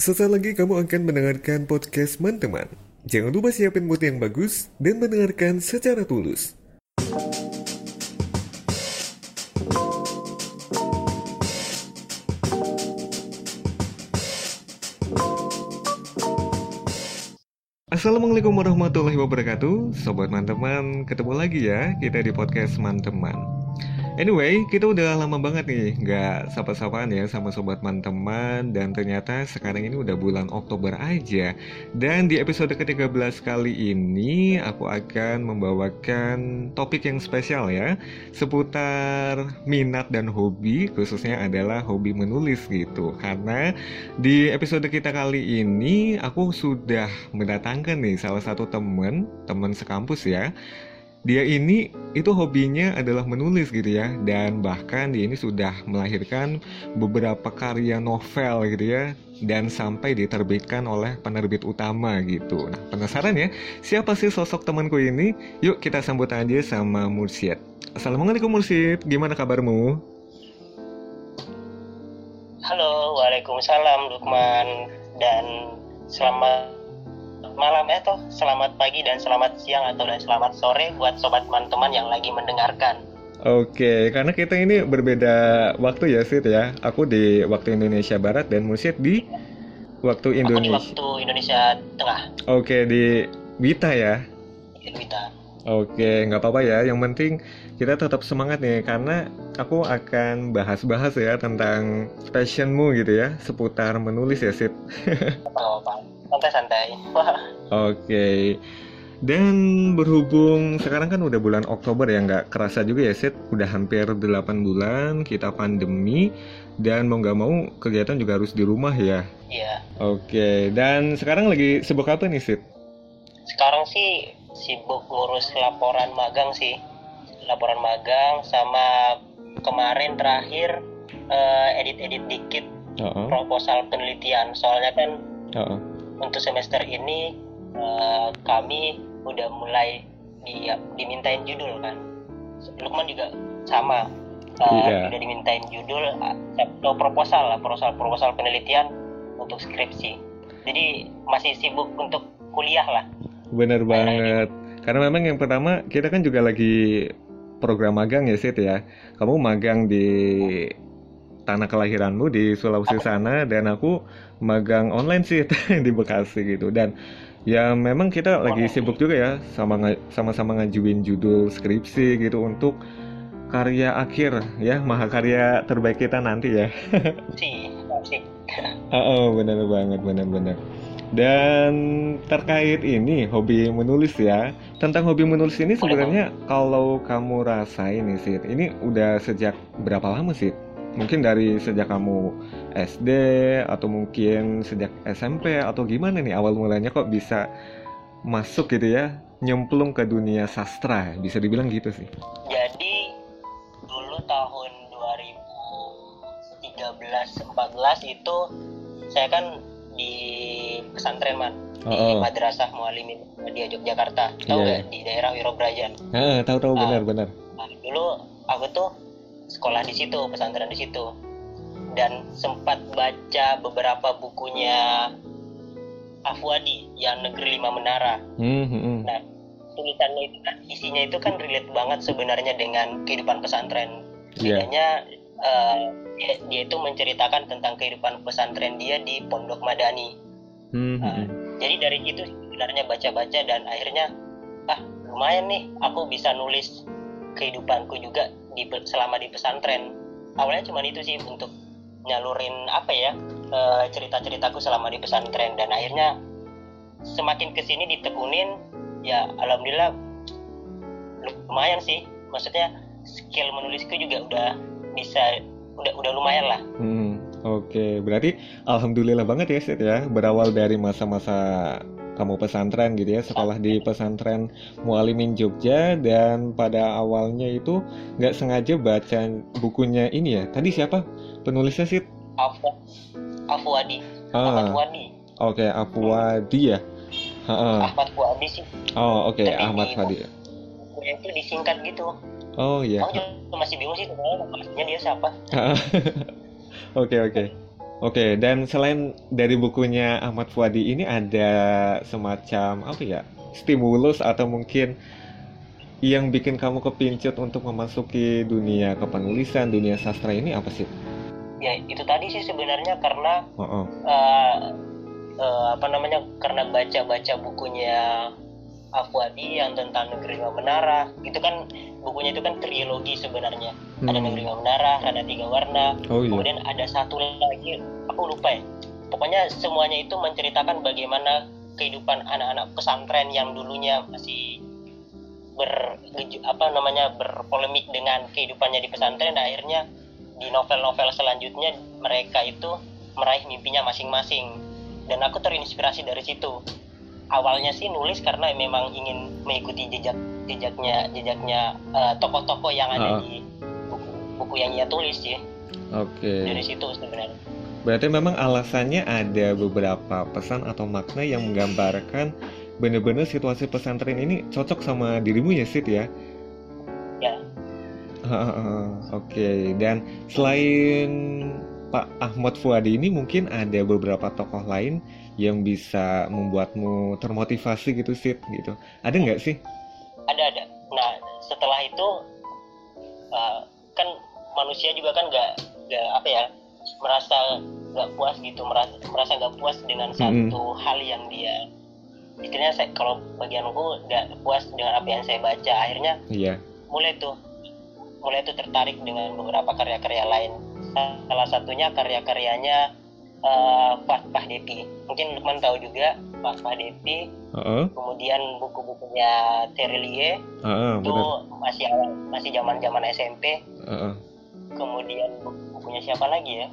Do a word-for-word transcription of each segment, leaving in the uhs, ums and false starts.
Sesaat lagi kamu akan mendengarkan podcast teman-teman. Jangan lupa siapin mood yang bagus dan mendengarkan secara tulus. Assalamualaikum warahmatullahi wabarakatuh. Sobat teman-teman, ketemu lagi ya kita di podcast teman-teman. Anyway, kita udah lama banget nih nggak sapa-sapaan ya sama sobat teman-teman. Dan ternyata sekarang ini udah bulan Oktober aja. Dan di episode ke tiga belas kali ini aku akan membawakan topik yang spesial ya, seputar minat dan hobi, khususnya adalah hobi menulis gitu. Karena di episode kita kali ini aku sudah mendatangkan nih salah satu teman, teman sekampus ya. Dia ini itu hobinya adalah menulis gitu ya, dan bahkan dia ini sudah melahirkan beberapa karya novel gitu ya, dan sampai diterbitkan oleh penerbit utama gitu. Nah, penasaran ya, siapa sih sosok temanku ini? Yuk kita sambut aja sama Mursyid. Assalamualaikum Mursyid, gimana kabarmu? Halo, waalaikumsalam Lukman, dan selamat malam eh toh selamat pagi dan selamat siang atau dan selamat sore buat sobat teman-teman yang lagi mendengarkan. Oke, karena kita ini berbeda waktu ya Sid ya. Aku di waktu Indonesia Barat dan Mursyid di waktu Aku di Indonesia. waktu Indonesia Tengah. Oke, di Wita ya. Di Wita. Oke, nggak apa-apa ya. Yang penting kita tetap semangat nih, karena aku akan bahas-bahas ya tentang passionmu gitu ya, seputar menulis ya Sid. Oh, Pak. Santai-santai. Oke. Dan berhubung sekarang kan udah bulan Oktober ya, nggak kerasa juga ya Sid, udah hampir delapan bulan kita pandemi, dan mau nggak mau kegiatan juga harus di rumah ya. Iya. Oke, dan sekarang lagi sibuk apa nih Sid? Sekarang sih sibuk ngurus laporan magang sih. Laporan magang sama kemarin terakhir eh, edit-edit dikit Uh-uh. proposal penelitian. Soalnya kan Uh-uh. untuk semester ini uh, kami udah mulai di, dimintain judul kan. Lukman juga sama, uh, Iya. udah dimintain judul atau proposal lah, proposal proposal penelitian untuk skripsi. Jadi masih sibuk untuk kuliah lah. Bener banget. Karena memang yang pertama kita kan juga lagi program magang ya Sid ya. Kamu magang di tanah kelahiranmu di Sulawesi sana, dan aku magang online sih di Bekasi gitu. Dan ya memang kita lagi sibuk juga ya, sama sama-sama ngajuin judul skripsi gitu untuk karya akhir ya, mahakarya terbaik kita nanti ya. Si, si. Oh, benar banget, benar-benar. Dan terkait ini hobi menulis ya, tentang hobi menulis ini sebenarnya kalau kamu rasain nih Sid, ini udah sejak berapa lama sih? Mungkin dari sejak kamu S D atau mungkin sejak S M P atau gimana nih awal mulanya kok bisa masuk gitu ya, nyemplung ke dunia sastra, bisa dibilang gitu sih. Jadi dulu tahun dua ribu tiga belas empat belas itu saya kan di pesantren man, di Oh, oh. Madrasah Muallimin di Yogyakarta, tahu Iya, nggak, iya. di daerah Wirobrajan. Ah, tahu-tahu Ah. benar-benar. Nah, dulu aku tuh sekolah di situ, pesantren di situ, dan sempat baca beberapa bukunya Afwadi yang Negeri Lima Menara. Hmm, hmm, hmm. Nah, tulisannya itu kan, isinya itu kan relate banget sebenarnya dengan kehidupan pesantren. Iya. Bedanya eh, dia, dia itu menceritakan tentang kehidupan pesantren dia di Pondok Madani. Hmm, hmm, Nah, hmm. jadi dari itu sebenarnya baca-baca, dan akhirnya ah lumayan nih aku bisa nulis kehidupanku juga di selama di pesantren. Awalnya cuma itu sih, untuk nyalurin apa ya, eh, cerita-ceritaku selama di pesantren, dan akhirnya semakin kesini ditekunin ya, alhamdulillah lumayan sih. Maksudnya skill menulisku juga udah bisa, udah udah lumayan lah. Hmm, oke, berarti alhamdulillah banget ya Sid ya, berawal dari masa-masa kamu pesantren gitu ya, sekolah di pesantren Muallimin Jogja, dan pada awalnya itu nggak sengaja baca bukunya ini ya. Tadi siapa penulisnya Sid? Afu Afwadi Ahmad Ah, Fuadi oke, Afwadi ya. Ha-ha. Ahmad Fuadi sih, Oh, oke, tapi Ahmad di Fadi. bukunya itu disingkat gitu. Oh iya. Aku juga masih bingung sih sebenarnya maksudnya dia siapa. Oke, oke. Oke, dan selain dari bukunya Ahmad Fuadi ini ada semacam apa ya, stimulus atau mungkin yang bikin kamu kepincut untuk memasuki dunia kepenulisan, dunia sastra ini apa sih? Ya itu tadi sih sebenarnya karena Oh, oh. uh, uh, apa namanya karena baca-baca bukunya Afwadi yang tentang Negeri Lima Menara. Itu kan bukunya itu kan trilogi sebenarnya. Ada Hmm. Negeri Lima Menara, ada Tiga Warna, Oh iya. kemudian ada satu lagi aku lupa ya. Pokoknya semuanya itu menceritakan bagaimana kehidupan anak-anak pesantren yang dulunya masih ber apa namanya berpolemik dengan kehidupannya di pesantren, dan akhirnya di novel-novel selanjutnya mereka itu meraih mimpinya masing-masing. Dan aku terinspirasi dari situ. Awalnya sih nulis karena memang ingin mengikuti jejak jejaknya jejaknya uh, tokoh-tokoh yang Ah, ada di buku, buku yang ia tulis sih. oke. Dari situ sebenarnya. Berarti memang alasannya ada beberapa pesan atau makna yang menggambarkan benar-benar situasi pesantren ini cocok sama dirimu ya, Sid ya? Ya, Oke, dan selain Pak Ahmad Fuadi ini mungkin ada beberapa tokoh lain yang bisa membuatmu termotivasi gitu, Sid, gitu. Ada nggak sih? ada ada. Nah, setelah itu uh, kan manusia juga kan nggak nggak apa ya merasa nggak puas gitu, merasa merasa nggak puas dengan Mm-mm. satu hal yang dia istilahnya saya kalau bagianku nggak puas dengan apa yang saya baca. Akhirnya Iya. mulai tuh mulai tuh tertarik dengan beberapa karya-karya lain. Salah satunya karya-karyanya uh, Fatpah Depi. Mungkin Lukman tahu juga Fatpah Depi. Heeh, Kemudian buku-bukunya Terelie heeh, itu benar. masih awal masih zaman-zaman S M P. Heeh, Kemudian bukunya siapa lagi ya?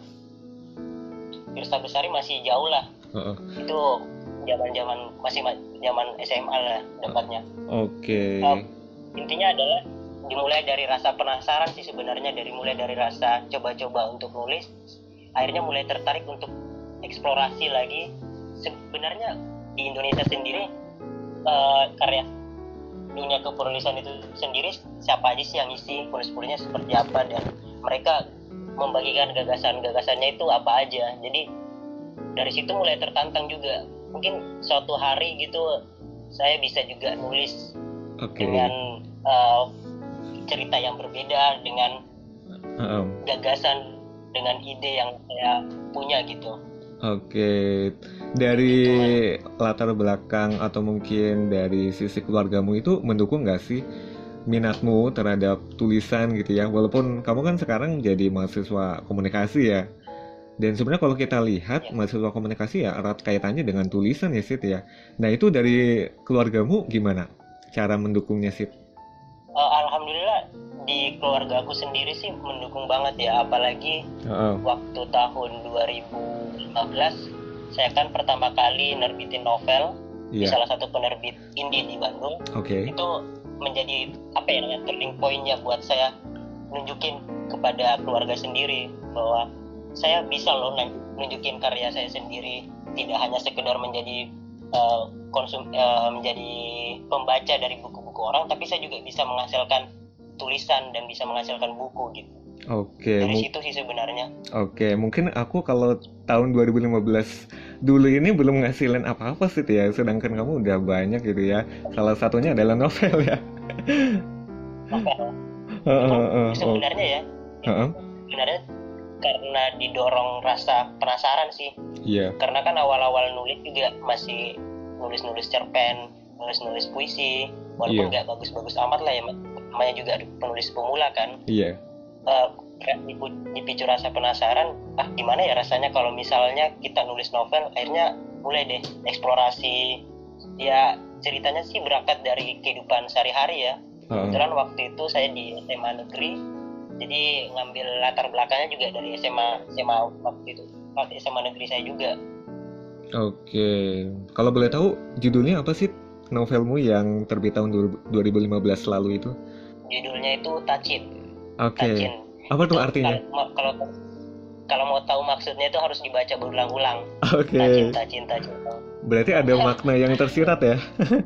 Pirsa Besari masih jauh lah. heeh. Itu zaman-zaman masih ma- zaman S M A lah dapatnya. Oke. Um, intinya adalah dimulai dari rasa penasaran sih sebenarnya, dari mulai dari rasa coba-coba untuk nulis, akhirnya mulai tertarik untuk eksplorasi lagi. Sebenarnya di Indonesia sendiri uh, karya dunia kepenulisan itu sendiri siapa aja sih yang isi, penulis-penulisnya seperti apa, dan mereka membagikan gagasan-gagasannya itu apa aja. Jadi dari situ mulai tertantang juga, mungkin suatu hari gitu saya bisa juga nulis Oke. dengan uh, cerita yang berbeda, dengan Heeh. gagasan, dengan ide yang saya punya gitu. Oke, dari latar belakang atau mungkin dari sisi keluargamu itu mendukung nggak sih minatmu terhadap tulisan gitu ya? Walaupun kamu kan sekarang jadi mahasiswa komunikasi ya. Dan sebenarnya kalau kita lihat Ya. mahasiswa komunikasi ya erat kaitannya dengan tulisan ya, Sid ya. Nah itu dari keluargamu gimana cara mendukungnya, Sid? Uh, Alhamdulillah di keluarga aku sendiri sih mendukung banget ya, apalagi Heeh. waktu tahun dua ribu lima belas saya kan pertama kali nerbitin novel di Iya. salah satu penerbit indie di Bandung. Oke. Itu menjadi apa ya namanya turning point-nya buat saya nunjukin kepada keluarga sendiri bahwa saya bisa loh nun- nunjukin karya saya sendiri, tidak hanya sekedar menjadi uh, konsum uh, menjadi pembaca dari buku-buku orang, tapi saya juga bisa menghasilkan tulisan dan bisa menghasilkan buku gitu. Oke, Dari mu- situ sih sebenarnya. Oke, mungkin aku kalau tahun dua ribu lima belas dulu ini belum ngasilin apa-apa sih ya, sedangkan kamu udah banyak gitu ya. Salah satunya adalah novel ya. Novel Heeh, itu heeh, oh, sebenarnya ya, itu heeh, sebenarnya karena didorong rasa penasaran sih. iya, Karena kan awal-awal nulis juga masih nulis-nulis cerpen, nulis-nulis puisi, iya, walaupun nggak bagus-bagus amat lah ya, namanya juga penulis pemula kan. iya, Eh, dipu- dipicu rasa penasaran, ah gimana ya rasanya kalau misalnya kita nulis novel. Akhirnya mulai deh eksplorasi. Ya ceritanya sih berangkat dari kehidupan sehari-hari ya. heeh. Kebetulan waktu itu saya di S M A negeri, jadi ngambil latar belakangnya juga dari S M A S M A waktu itu, waktu S M A negeri saya juga. Oke, kalau boleh tahu judulnya apa sih novelmu yang terbit tahun dua ribu lima belas lalu itu? Judulnya itu Tacin. Oke, Tacin. apa tuh Itu artinya? kalau kalau kalau mau tahu maksudnya itu harus dibaca berulang-ulang. Oke, Tacin, Tacin, Tacin. berarti ada makna yang tersirat ya?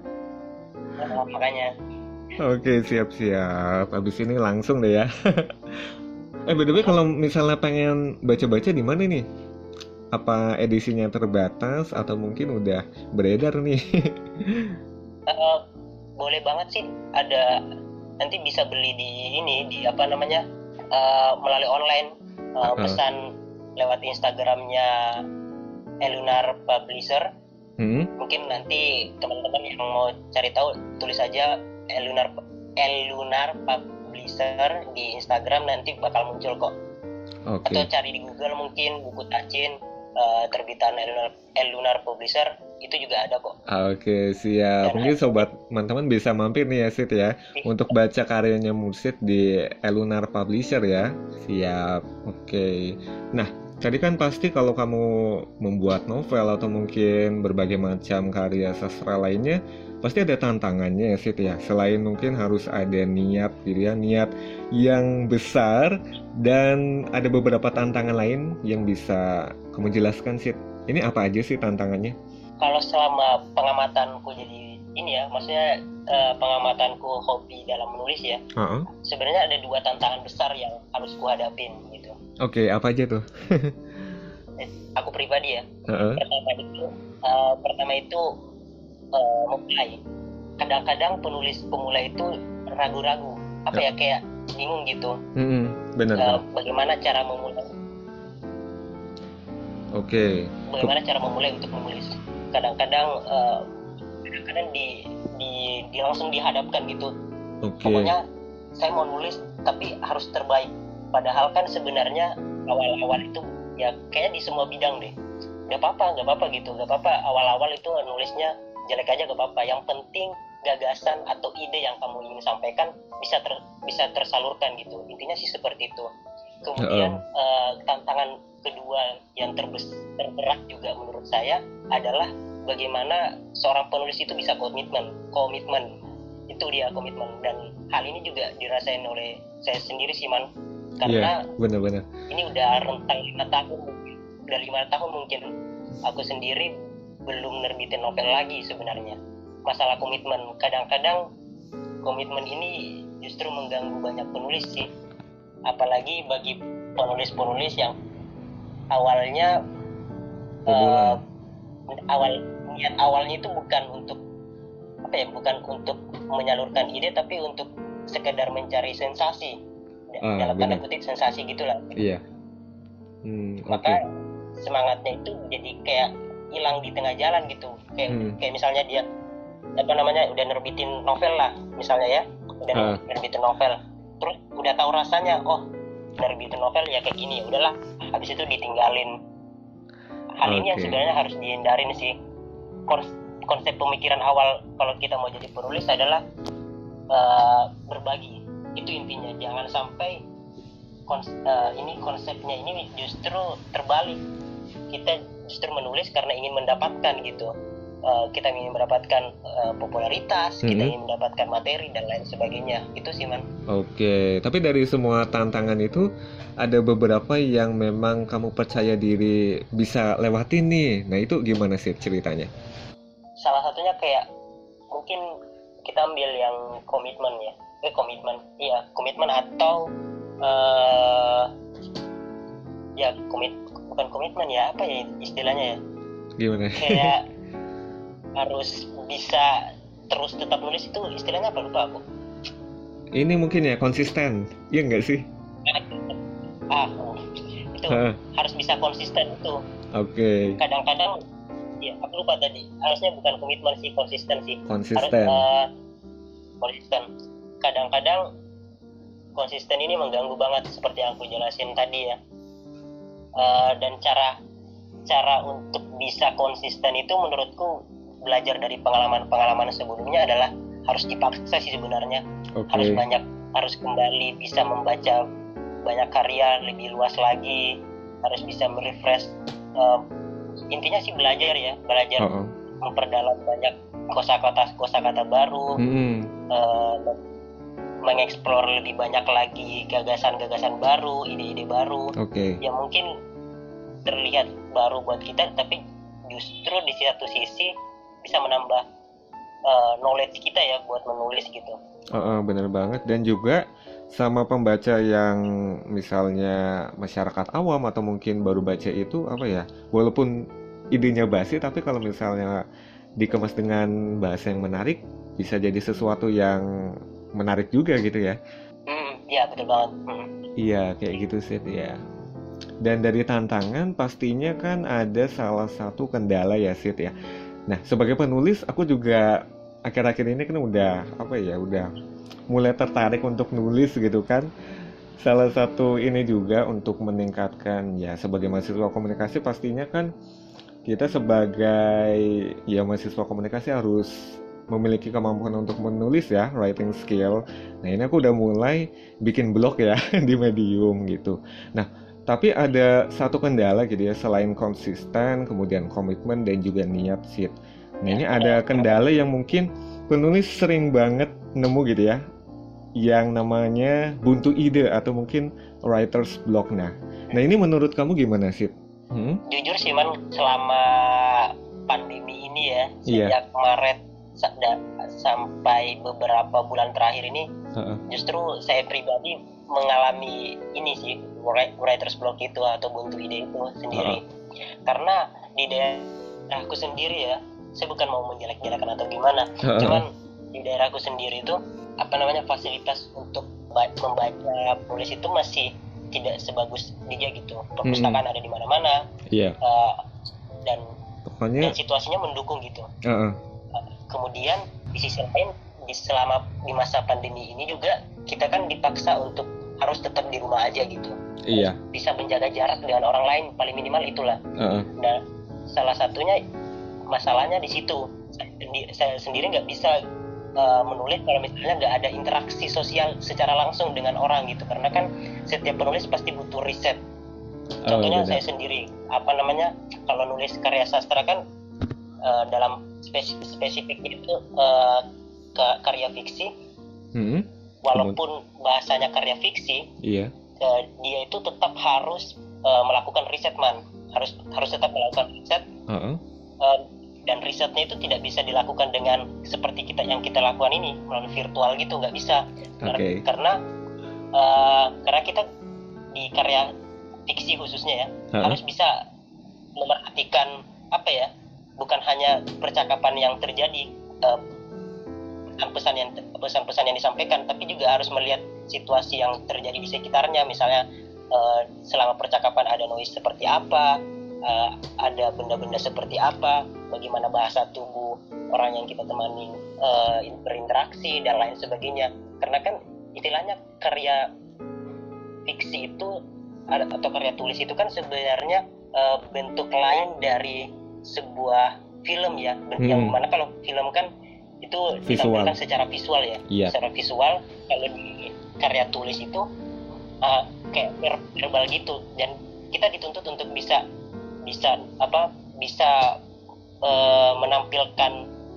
Nah, makanya Oke, siap-siap. Habis ini langsung deh ya. Eh, by the way, kalau misalnya pengen baca-baca di mana nih? apa edisinya terbatas atau mungkin udah beredar nih? Eh, boleh banget sih, ada nanti bisa beli di ini di apa namanya eh, melalui online, eh, Uh-uh. pesan lewat Instagramnya Elunar Publisher. Hmm? Mungkin nanti teman-teman yang mau cari tahu tulis aja Elunar Elunar Publisher di Instagram, nanti bakal muncul kok. Oke. Atau cari di Google mungkin buku Tacin uh, terbitan Elunar, Elunar Publisher, itu juga ada kok. Oke, siap. Dan Mungkin sobat teman-teman bisa mampir nih ya Sid ya untuk baca karyanya Mursid di Elunar Publisher ya. Siap. Oke. Nah, tadi kan pasti kalau kamu membuat novel atau mungkin berbagai macam karya sastra lainnya, pasti ada tantangannya ya Sid ya. Selain mungkin harus ada niat gitu ya, niat yang besar, dan ada beberapa tantangan lain yang bisa kamu jelaskan Sid. Ini apa aja sih tantangannya? Kalau selama pengamatanku jadi ini ya, maksudnya uh, pengamatanku hobi dalam menulis ya, Uh-uh. sebenarnya ada dua tantangan besar yang harus kuhadapin gitu. Oke, apa aja tuh? Aku pribadi ya. Uh-uh. Pertama itu, uh, pertama itu uh, memulai. Kadang-kadang penulis pemula itu ragu-ragu, apa ya, kayak bingung gitu. Mm-mm, benar. Uh, benar. bagaimana cara memulai? Oke. Bagaimana cara memulai untuk menulis? Kadang-kadang, uh, kadang-kadang di, di, di langsung dihadapkan gitu. Oke. Pokoknya saya mau nulis tapi harus terbaik. Padahal kan sebenarnya awal-awal itu ya kayaknya di semua bidang deh. Gak apa-apa, gak apa-apa gitu. Gak apa-apa awal-awal itu nulisnya jelek aja, gak apa-apa. Yang penting gagasan atau ide yang kamu ingin sampaikan bisa ter, bisa tersalurkan gitu. Intinya sih seperti itu. Kemudian Uh-uh. uh, tantangan kedua yang terbes, terberat juga menurut saya adalah bagaimana seorang penulis itu bisa komitmen. Komitmen itu dia, komitmen. Dan hal ini juga dirasain oleh saya sendiri sih Man, karena yeah, benar-benar. ini udah rentang lima tahun mungkin, udah lima tahun mungkin aku sendiri belum nerbitin novel lagi sebenarnya. Masalah komitmen, kadang-kadang komitmen ini justru mengganggu banyak penulis sih, apalagi bagi penulis-penulis yang awalnya uh, awal niat awalnya itu bukan untuk apa ya, bukan untuk menyalurkan ide tapi untuk sekedar mencari sensasi, ah, dalam tanda kutip sensasi gitulah. Iya. Hmm, Maka okay. semangatnya itu jadi kayak hilang di tengah jalan gitu. Kayak hmm. kayak misalnya dia apa namanya udah nerbitin novel lah misalnya ya, udah uh. nerbitin novel, terus udah tahu rasanya, oh nerbitin novel ya kayak gini, ya udahlah, habis itu ditinggalin. Hal okay. ini yang sebenarnya harus dihindarin sih. Konsep pemikiran awal kalau kita mau jadi penulis adalah uh, berbagi, itu intinya. Jangan sampai kons- uh, ini konsepnya ini justru terbalik, kita justru menulis karena ingin mendapatkan gitu. Uh, kita ingin mendapatkan uh, popularitas, mm-hmm. kita ingin mendapatkan materi dan lain sebagainya. Itu sih Man. Oke, tapi dari semua tantangan itu ada beberapa yang memang kamu percaya diri bisa lewatin nih. Nah itu gimana sih ceritanya? Salah satunya kayak mungkin kita ambil yang komitmen ya, eh komitmen, iya komitmen atau uh, ya komit bukan komitmen ya, apa ya istilahnya ya? Gimana? Kayak harus bisa terus tetap nulis, itu istilahnya apa, lupa aku. Ini mungkin ya konsisten, iya nggak sih? Ah, itu huh. harus bisa konsisten itu. Oke. Okay. Kadang-kadang, ya aku lupa tadi. Harusnya bukan komitmen sih, konsisten sih. Konsisten. Harus, uh, konsisten. Kadang-kadang konsisten ini mengganggu banget seperti yang aku jelasin tadi ya. Uh, dan cara cara untuk bisa konsisten itu menurutku belajar dari pengalaman-pengalaman sebelumnya adalah harus dipaksa sih sebenarnya. Okay. Harus banyak, harus kembali bisa membaca banyak karya lebih luas lagi, harus bisa merefresh. Uh, intinya sih belajar ya, belajar uh-uh. memperdalam banyak kosakata kosakata baru, mm-hmm. uh, mengeksplor lebih banyak lagi gagasan-gagasan baru, ide-ide baru. Okay. Yang mungkin terlihat baru buat kita, tapi justru di satu sisi bisa menambah uh, knowledge kita ya buat menulis gitu. Uh, uh, bener banget. Dan juga sama pembaca yang misalnya masyarakat awam atau mungkin baru baca itu apa ya, walaupun idenya basi tapi kalau misalnya dikemas dengan bahasa yang menarik bisa jadi sesuatu yang menarik juga gitu ya. Hmm, ya betul banget. Hmm. Iya kayak gitu sih ya. Dan dari tantangan pastinya kan ada salah satu kendala ya Sid ya. Nah sebagai penulis aku juga akhir-akhir ini kan udah apa ya udah mulai tertarik untuk nulis gitu kan. Salah satu ini juga untuk meningkatkan ya sebagai mahasiswa komunikasi pastinya kan kita sebagai ya mahasiswa komunikasi harus memiliki kemampuan untuk menulis ya, writing skill. Nah ini aku udah mulai bikin blog ya di Medium gitu. Nah tapi ada satu kendala gitu ya selain konsisten, kemudian komitmen dan juga niat sih. Nah ini ada kendala yang mungkin penulis sering banget nemu gitu ya, yang namanya buntu ide atau mungkin writer's block. Nah, nah ini menurut kamu gimana sih? Hmm? Jujur sih man, selama pandemi ini ya, Iya. sejak Maret sa- da- sampai beberapa bulan terakhir ini, Uh-uh. justru saya pribadi mengalami ini sih, wri- writer's block itu atau buntu ide itu sendiri. Karena di daerahku sendiri ya, saya bukan mau menjelek-jelekan atau gimana, Uh-uh. cuman di daerahku sendiri itu apa namanya fasilitas untuk ba- membaca tulis itu masih tidak sebagus dia gitu. Perpustakaan ada di mana-mana, Iya. uh, dan Pokoknya dan situasinya mendukung gitu. uh-uh. Uh, kemudian di sisi lain di selama di masa pandemi ini juga kita kan dipaksa untuk harus tetap di rumah aja gitu. Iya. Bisa menjaga jarak dengan orang lain paling minimal itulah. Uh-uh. Nah, salah satunya masalahnya di situ. Saya sendi- Saya sendiri nggak bisa uh, menulis kalau misalnya nggak ada interaksi sosial secara langsung dengan orang gitu. Karena kan setiap penulis pasti butuh riset. Contohnya Oh, benar. saya sendiri, apa namanya, kalau nulis karya sastra kan uh, dalam spesifik, spesifik itu uh, ke- karya fiksi, Hmm? walaupun bahasanya karya fiksi, Iya. uh, dia itu tetap harus uh, melakukan riset man, harus harus tetap melakukan riset. Uh-uh. Uh, dan risetnya itu tidak bisa dilakukan dengan seperti kita yang kita lakukan ini melalui virtual gitu, nggak bisa. Kar- Oke. karena uh, karena kita di karya fiksi khususnya ya Ha? harus bisa memerhatikan apa ya, bukan hanya percakapan yang terjadi, uh, pesan-pesan yang pesan-pesan yang disampaikan, tapi juga harus melihat situasi yang terjadi di sekitarnya. Misalnya uh, selama percakapan ada noise seperti apa, uh, ada benda-benda seperti apa, bagaimana bahasa tubuh orang yang kita temani uh, berinteraksi dan lain sebagainya. Karena kan istilahnya karya fiksi itu atau karya tulis itu kan sebenarnya uh, bentuk lain dari sebuah film ya. Hmm. Yang mana kalau film kan itu Visual. ditampilkan secara visual ya. Iya. Secara visual. Kalau di karya tulis itu uh, kayak ver- verbal gitu, dan kita dituntut untuk bisa bisa apa bisa uh, menampilkan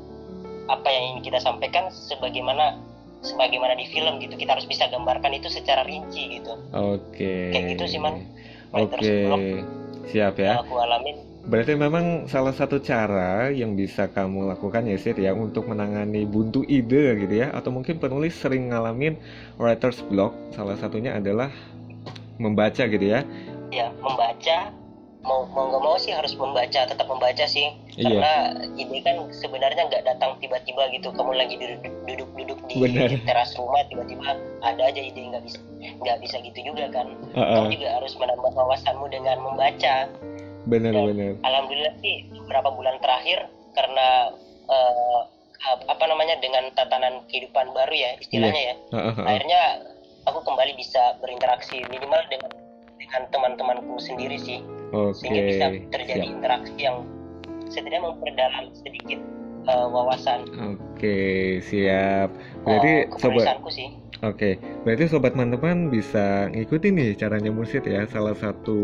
apa yang ingin kita sampaikan sebagaimana sebagaimana di film gitu. Kita harus bisa gambarkan itu secara rinci gitu. Oke. Kayak gitu sih man. Oke. Writer's block Siap ya. yang aku alamin. Berarti memang salah satu cara yang bisa kamu lakukan ya Sid ya untuk menangani buntu ide gitu ya, atau mungkin penulis sering ngalamin writer's block, salah satunya adalah membaca gitu ya. Ya membaca, mau mau nggak mau sih harus membaca, tetap membaca sih. Iya. Karena ide kan sebenarnya nggak datang tiba-tiba gitu. Kamu lagi duduk- duduk-duduk di Benar. teras rumah, tiba-tiba ada aja ide, nggak bisa nggak bisa gitu juga kan. Uh-uh. Kamu juga harus menambah wawasanmu dengan membaca. Benar-benar. Alhamdulillah sih beberapa bulan terakhir karena eh, apa namanya dengan tatanan kehidupan baru ya istilahnya ya. Uh-uh. Akhirnya aku kembali bisa berinteraksi minimal dengan dengan teman-temanku sendiri sih, sehingga Oke. bisa terjadi Siap. interaksi yang setidaknya memperdalam sedikit eh, wawasan Oke, siap. Berarti eh, sobat kepenulisanku sih. Oke, berarti sobat teman-teman bisa ngikutin nih caranya Mursid ya. Salah satu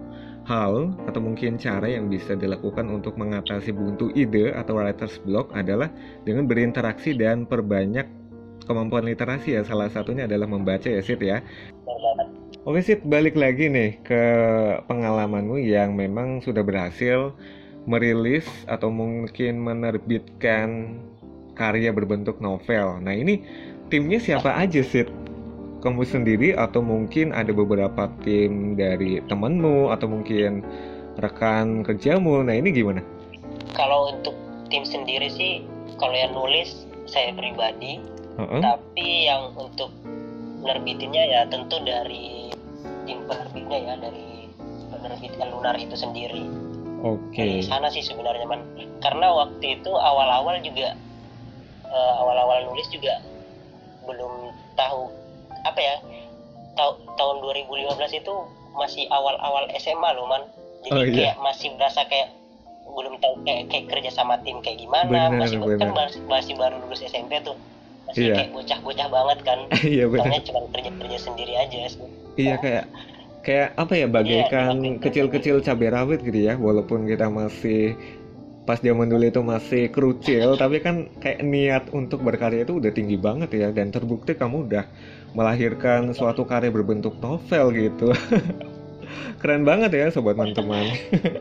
hal atau mungkin cara yang bisa dilakukan untuk mengatasi buntu ide atau writer's block adalah dengan berinteraksi dan perbanyak kemampuan literasi ya. Salah satunya adalah membaca ya Sid ya. Benar banget. Oke Sid, balik lagi nih ke pengalamanmu yang memang sudah berhasil merilis atau mungkin menerbitkan karya berbentuk novel. Nah ini timnya siapa aja Sid? kamu sendiri atau mungkin ada beberapa tim dari temenmu atau mungkin rekan kerjamu? Nah ini gimana? Kalau untuk tim sendiri sih, kalau yang nulis saya pribadi, Uh-uh. tapi yang untuk penerbitinnya ya tentu dari tim penerbitnya ya, dari penerbit Lunar itu sendiri. Oke. Dari sana sih sebenarnya man. Karena waktu itu awal-awal juga uh, awal-awal nulis juga belum tahu apa ya. Ta- tahun dua ribu lima belas itu masih awal-awal S M A loh man. Jadi Oh, iya. kayak masih berasa kayak belum tahu kayak, kayak kerja sama tim kayak gimana. Benar, masih kan benar. masih, masih baru lulus S M P tuh. Masih Iya. kayak bocah-bocah banget kan. Iya benar. Soalnya cuma kerja-kerja sendiri aja sih. Iya kayak kayak apa ya, bagaikan Iya, kecil-kecil cabai rawit gitu ya, walaupun kita masih pas zaman dulu itu masih krucil, tapi kan kayak niat untuk berkarya itu udah tinggi banget ya, dan terbukti kamu udah melahirkan suatu karya berbentuk novel gitu. Keren banget ya sobat teman-teman.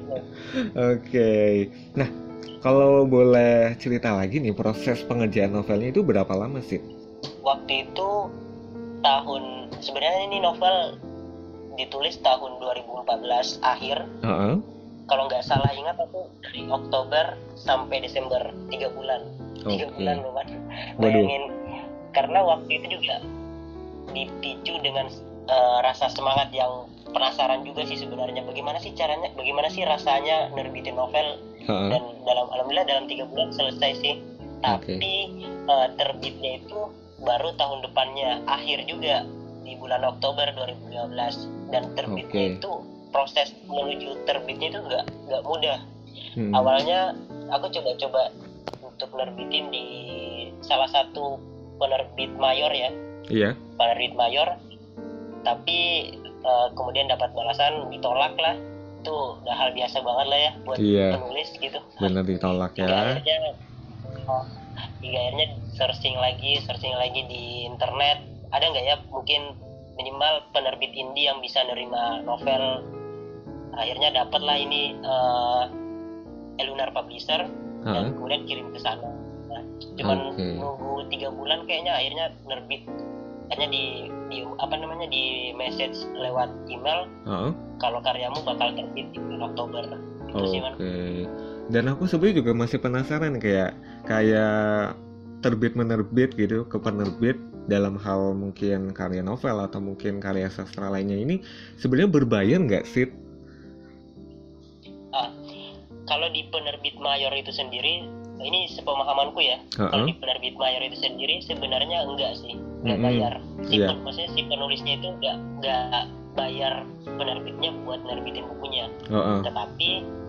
Oke. Nah, kalau boleh cerita lagi nih, proses pengerjaan novelnya itu berapa lama sih? Waktu itu tahun sebenarnya ini novel ditulis tahun dua ribu empat belas akhir. Heeh. Kalau nggak salah ingat aku dari Oktober sampai Desember, tiga bulan. Tiga Oke. bulan loh man. Waduh. Bayangin, karena waktu itu juga dipicu dengan eh, rasa semangat yang penasaran juga sih sebenarnya, bagaimana sih caranya, bagaimana sih rasanya nerbitin novel. Heeh. Dan dalam alhamdulillah dalam tiga bulan selesai sih. Oke. Tapi eh, terbitnya itu baru tahun depannya, akhir juga di bulan Oktober dua ribu lima belas. Dan terbitnya Oke. itu, proses menuju terbitnya itu nggak nggak mudah. Hmm. Awalnya aku coba-coba untuk nerbitin di salah satu penerbit mayor ya, Iya. penerbit mayor, tapi eh, kemudian dapat balasan ditolak lah. Itu udah hal biasa banget lah ya buat Iya. penulis gitu. Benar ditolak Hingga ya. akhirnya oh, hingga akhirnya searching lagi searching lagi di internet, ada nggak ya mungkin minimal penerbit indie yang bisa nerima novel. Akhirnya dapatlah ini uh, Lunar Publisher, dan Heeh. kemudian kirim ke sana. Nah, cuman Oke. nunggu tiga bulan kayaknya akhirnya nerbit. Akhirnya di, di apa namanya di message lewat email Heeh. kalau karyamu bakal terbit di bulan Oktober. Itu sih man. Oke. Dan aku sebenarnya juga masih penasaran kayak kayak terbit menerbit gitu ke penerbit dalam hal mungkin karya novel atau mungkin karya sastra lainnya ini sebenarnya berbayar nggak sih? Ah, kalau di penerbit mayor itu sendiri, ini sepemahamanku ya, kalau Heeh. di penerbit mayor itu sendiri sebenarnya enggak sih, enggak Mm-mm. bayar. Si, Iya. pen- maksudnya si penulisnya itu enggak enggak bayar penerbitnya buat nerbitin bukunya. Heeh. Tetapi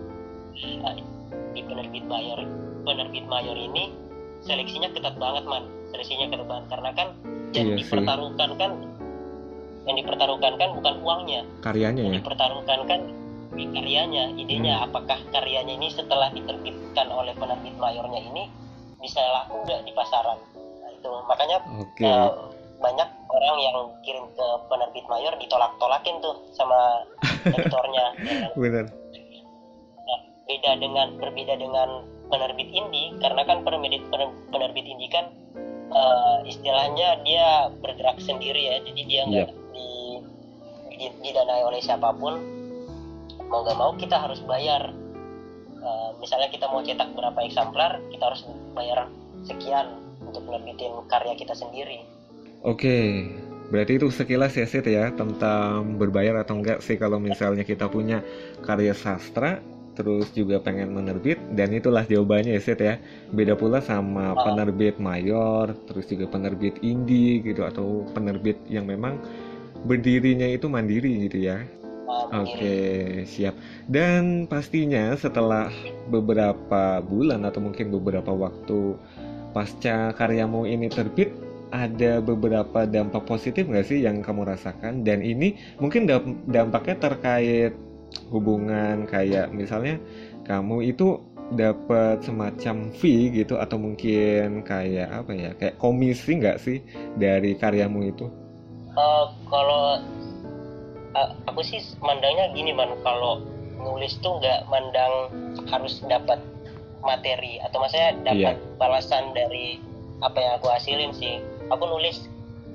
ah, di penerbit mayor, penerbit mayor ini seleksinya ketat banget man, seleksinya ketat banget karena kan yang Iya sih. dipertaruhkan kan, yang dipertaruhkan kan bukan uangnya, Karyanya yang ya. dipertaruhkan kan karyanya, idenya. Hmm. Apakah karyanya ini setelah diterbitkan oleh penerbit mayornya ini bisa laku nggak di pasaran. Nah, itu makanya Oke. eh, banyak orang yang kirim ke penerbit mayor ditolak-tolakin tuh sama editornya. Ya. Benar. Nah, beda dengan berbeda dengan penerbit indie, karena kan penerbit penerbit indie kan eh, istilahnya dia bergerak sendiri ya, jadi dia nggak di, di, didanai oleh siapapun. Mau nggak mau kita harus bayar. Uh, misalnya kita mau cetak berapa eksemplar, kita harus bayar sekian untuk nerbitin karya kita sendiri. Oke. Berarti itu sekilas ya Sid ya tentang berbayar atau enggak sih kalau misalnya kita punya karya sastra terus juga pengen menerbit, dan itulah jawabannya ya Sid ya. Beda pula sama Ah. penerbit mayor, terus juga penerbit indie gitu atau penerbit yang memang berdirinya itu mandiri gitu ya. Uh, Oke, siap. Dan pastinya setelah beberapa bulan atau mungkin beberapa waktu pasca karyamu ini terbit, ada beberapa dampak positif nggak sih yang kamu rasakan? Dan ini mungkin damp- dampaknya terkait hubungan kayak misalnya kamu itu dapat semacam fee gitu atau mungkin kayak apa ya, kayak komisi nggak sih dari karyamu itu? uh, kalau uh, aku sih mandangnya gini man, kalau nulis tuh nggak mandang harus dapat materi atau maksudnya dapat Iya. balasan dari apa yang aku hasilin sih. Aku nulis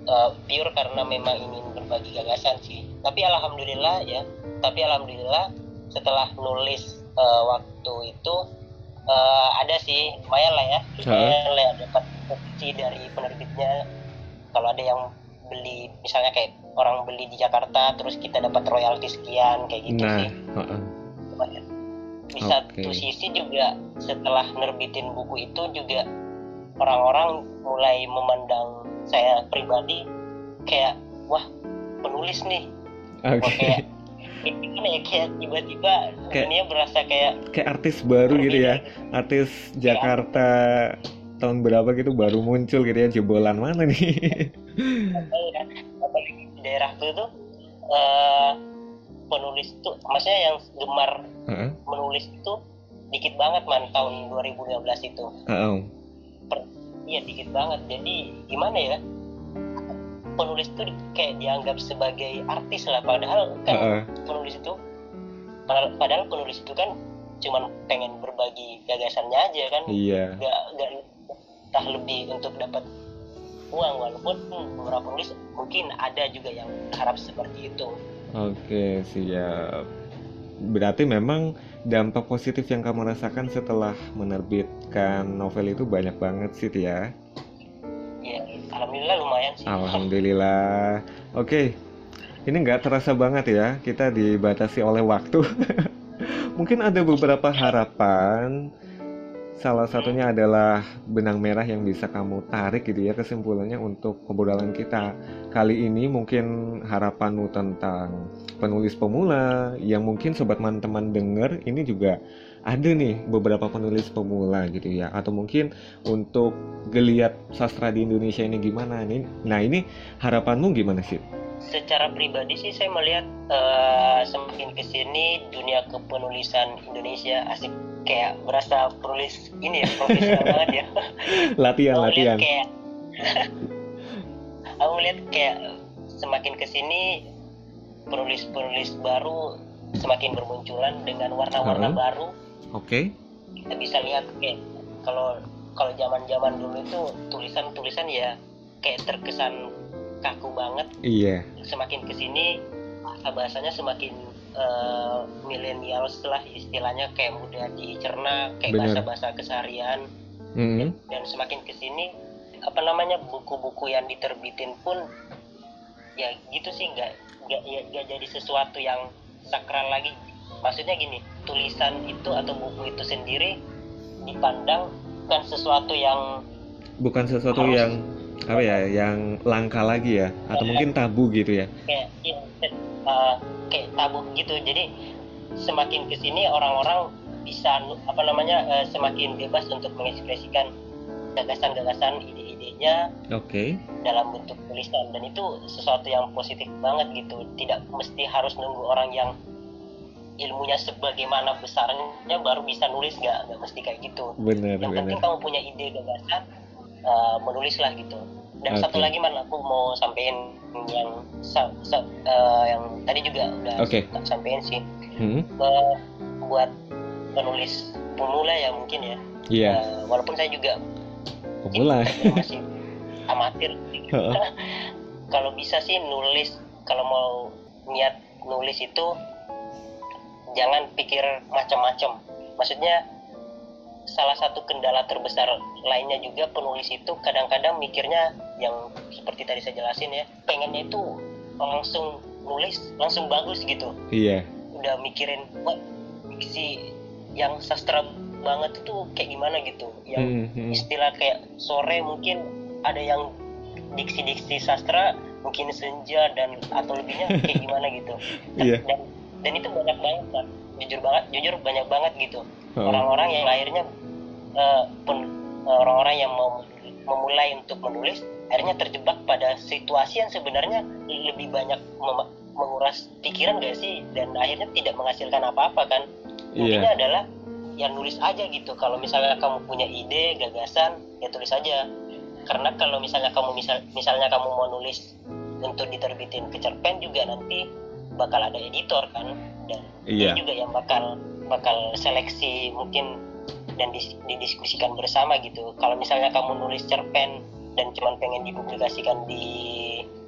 uh, pure karena memang ingin berbagi gagasan sih. Tapi alhamdulillah ya, tapi alhamdulillah setelah nulis uh, waktu itu uh, ada sih lumayan lah ya, lumayan lah ya, dapat opsi dari penerbitnya. Kalau ada yang beli, misalnya kayak orang beli di Jakarta, terus kita dapat royalti sekian kayak gitu nah, sih. Uh-uh. Di satu okay. sisi juga setelah nerbitin buku itu juga orang-orang mulai memandang saya pribadi kayak wah penulis nih. Oke. Okay. Kayak gimana ya, kayak tiba-tiba dunia berasa kayak kayak artis baru gitu ya, artis Jakarta ya. Tahun berapa gitu baru muncul gitu ya, jebolan mana nih? Apalagi di daerahku tuh uh, penulis tuh, maksudnya yang gemar uh-huh. menulis itu dikit banget man, tahun dua ribu lima belas itu. Uh-oh. Per, iya dikit banget. Jadi gimana ya? Penulis itu kayak dianggap sebagai artis lah, padahal kan uh-uh. penulis itu padahal, padahal penulis itu kan cuman pengen berbagi gagasannya aja kan. Iya. Gak, gak entah lebih untuk dapat uang, walaupun beberapa penulis mungkin ada juga yang harap seperti itu. Oke, siap. Berarti memang dampak positif yang kamu rasakan setelah menerbitkan novel itu banyak banget sih ya? Ya, alhamdulillah lumayan sih. Alhamdulillah. Oke, ini nggak terasa banget ya, kita dibatasi oleh waktu. Mungkin ada beberapa harapan. Salah satunya adalah benang merah yang bisa kamu tarik gitu ya, kesimpulannya untuk obrolan kita kali ini. Mungkin harapanmu tentang penulis pemula yang mungkin sobat teman-teman denger ini juga ada nih beberapa penulis pemula gitu ya, atau mungkin untuk geliat sastra di Indonesia ini gimana nih. Nah ini harapanmu gimana sih? Secara pribadi sih saya melihat uh, semakin kesini dunia kepenulisan Indonesia asik, kayak berasa penulis ini ya, profesional banget ya. Latihan aku latihan. Kayak, aku lihat kayak semakin kesini penulis-penulis baru semakin bermunculan dengan warna-warna uh-huh. baru. Oke. Okay. Kita bisa lihat kayak kalau kalau zaman-zaman dulu itu tulisan-tulisan ya kayak terkesan kaku banget. Iya. Semakin kesini bahasa bahasanya semakin uh, milenial setelah istilahnya, kayak mudah dicerna, kayak Bener. bahasa-bahasa keseharian. Mm-hmm. Dan semakin kesini apa namanya buku-buku yang diterbitin pun ya gitu sih, nggak nggak ya, nggak jadi sesuatu yang sakral lagi. Maksudnya gini, tulisan itu atau buku itu sendiri dipandang bukan sesuatu yang bukan sesuatu harus, yang apa ya, yang langka lagi ya, atau ya, mungkin tabu gitu ya. Kayak ya, uh, kayak tabu gitu. Jadi semakin kesini orang-orang bisa apa namanya uh, semakin bebas untuk mengekspresikan gagasan-gagasan, ide-idenya okay. dalam bentuk tulisan, dan itu sesuatu yang positif banget gitu. Tidak mesti harus nunggu orang yang ilmunya sebagaimana besarnya baru bisa nulis, nggak nggak mesti kayak gitu. Bener, yang bener. penting kamu punya ide gagasan, uh, menulislah gitu. Dan okay. satu lagi man, aku mau sampein yang sa, sa, uh, yang tadi juga udah okay. sampein sih. Hmm. Uh, buat penulis pemula ya mungkin ya. Yeah. Uh, walaupun saya juga pemula masih amatir. Gitu. Kalau bisa sih nulis, kalau mau niat nulis itu jangan pikir macam-macam. Maksudnya salah satu kendala terbesar lainnya juga penulis itu kadang-kadang mikirnya yang seperti tadi saya jelasin ya, pengennya itu langsung nulis langsung bagus gitu. Iya. Udah mikirin wah diksi yang sastra banget itu kayak gimana gitu. Yang hmm, hmm. istilah kayak sore mungkin ada yang diksi-diksi sastra mungkin senja dan atau lebihnya kayak gimana gitu. Iya. Dan dan itu banyak banget kan, jujur banget jujur banyak banget gitu. Oh. Orang-orang yang akhirnya uh, pen, uh, orang-orang yang mau memulai untuk menulis akhirnya terjebak pada situasi yang sebenarnya lebih banyak mem- menguras pikiran gak sih, dan akhirnya tidak menghasilkan apa-apa kan. Intinya yeah. adalah ya nulis aja gitu. Kalau misalnya kamu punya ide gagasan ya tulis aja, karena kalau misalnya kamu misal misalnya kamu mau nulis untuk diterbitin ke cerpen juga nanti bakal ada editor kan, dan yeah. dia juga yang bakal bakal seleksi mungkin dan dis, didiskusikan bersama gitu. Kalau misalnya kamu nulis cerpen dan cuman pengen dipublikasikan di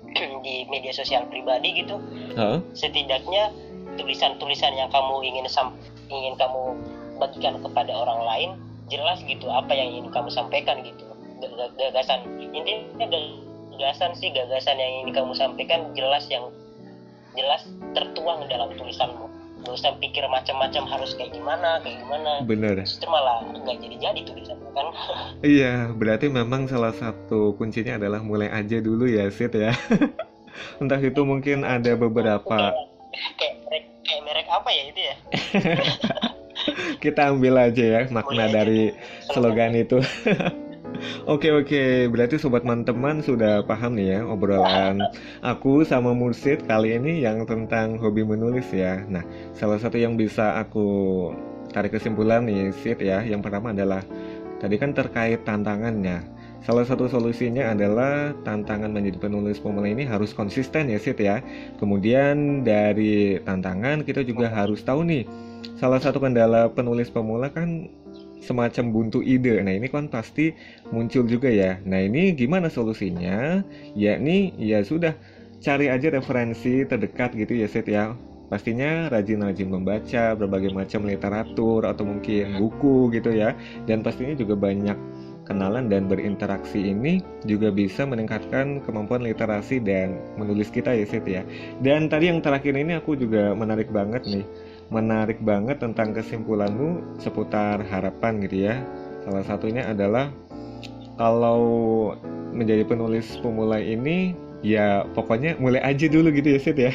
di media sosial pribadi gitu, Hah? setidaknya tulisan-tulisan yang kamu ingin sam- ingin kamu bagikan kepada orang lain jelas gitu apa yang ingin kamu sampaikan gitu. G- gagasan intinya gagasan sih gagasan yang ingin kamu sampaikan jelas yang jelas tertuang dalam tulisanmu. Gak usah pikir macam-macam harus kayak gimana kayak gimana, Bener. justru malah nggak jadi-jadi tulisanmu kan. Iya, berarti memang salah satu kuncinya adalah mulai aja dulu ya, Sid ya. Entah itu mungkin ada beberapa, kayak kayak merek kayak merek apa ya itu ya. kita ambil aja ya makna Mulai aja dari dulu. slogan itu. Oke oke, berarti sobat teman sudah paham nih ya obrolan aku sama Mursid kali ini yang tentang hobi menulis ya. Nah, salah satu yang bisa aku tarik kesimpulan nih Sid ya, yang pertama adalah tadi kan terkait tantangannya. Salah satu solusinya adalah tantangan menjadi penulis pemula ini harus konsisten ya Sid ya. Kemudian dari tantangan kita juga harus tahu nih, salah satu kendala penulis pemula kan semacam buntu ide. Nah, ini kan pasti muncul juga ya. Nah, ini gimana solusinya? Yakni ya sudah cari aja referensi terdekat gitu ya, Sid ya. Pastinya rajin-rajin membaca berbagai macam literatur atau mungkin buku gitu ya. Dan pastinya juga banyak kenalan dan berinteraksi ini juga bisa meningkatkan kemampuan literasi dan menulis kita ya, Sid ya. Dan tadi yang terakhir ini aku juga menarik banget nih. Menarik banget tentang kesimpulanmu seputar harapan gitu ya. Salah satunya adalah kalau menjadi penulis pemula ini ya pokoknya mulai aja dulu gitu ya Sid ya.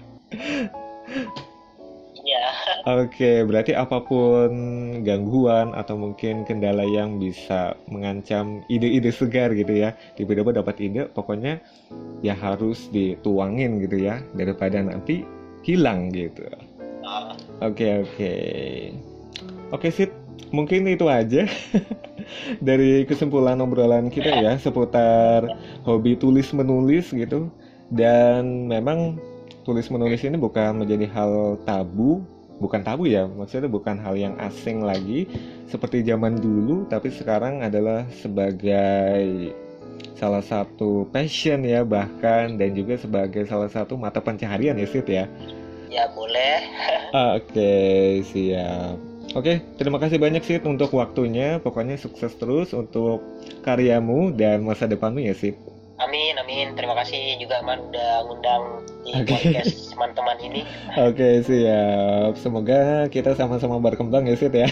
Iya. Oke, berarti apapun gangguan atau mungkin kendala yang bisa mengancam ide-ide segar gitu ya, tiba-tiba dapat ide, pokoknya ya harus dituangin gitu ya, daripada nanti hilang gitu. Ah, Oke oke Oke Sid, mungkin itu aja dari kesimpulan obrolan kita ya seputar hobi tulis menulis gitu. Dan memang tulis menulis ini bukan menjadi hal tabu, bukan tabu ya, maksudnya bukan hal yang asing lagi seperti zaman dulu, tapi sekarang adalah sebagai salah satu passion ya bahkan, dan juga sebagai salah satu mata pencaharian ya Sid ya. ya boleh. Oke, siap. Oke, terima kasih banyak Sid untuk waktunya. Pokoknya sukses terus untuk karyamu dan masa depanmu ya Sid. Amin, amin. Terima kasih juga Man udah ngundang di Oke. podcast teman-teman ini. Oke, siap. Semoga kita sama-sama berkembang ya Sid ya.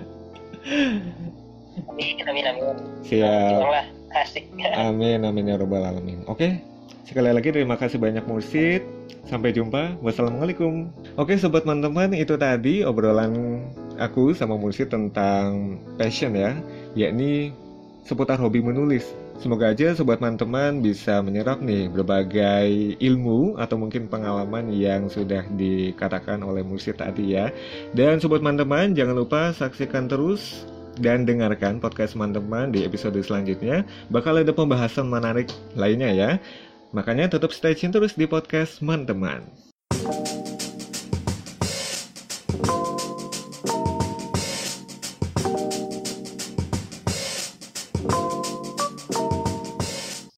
Amin, amin, amin. Siap. Juang lah, asik. Amin, amin ya robbal alamin. Oke, sekali lagi terima kasih banyak Mursid. Sampai jumpa. Wassalamualaikum. Oke, sobat teman-teman, itu tadi obrolan aku sama Mursid tentang passion ya, yakni seputar hobi menulis. Semoga aja sobat teman-teman bisa menyerap nih berbagai ilmu atau mungkin pengalaman yang sudah dikatakan oleh Mursid tadi ya. Dan sobat teman-teman, jangan lupa saksikan terus dan dengarkan podcast teman-teman di episode selanjutnya. Bakal ada pembahasan menarik lainnya ya. Makanya tetap stay tune terus di podcast teman-teman.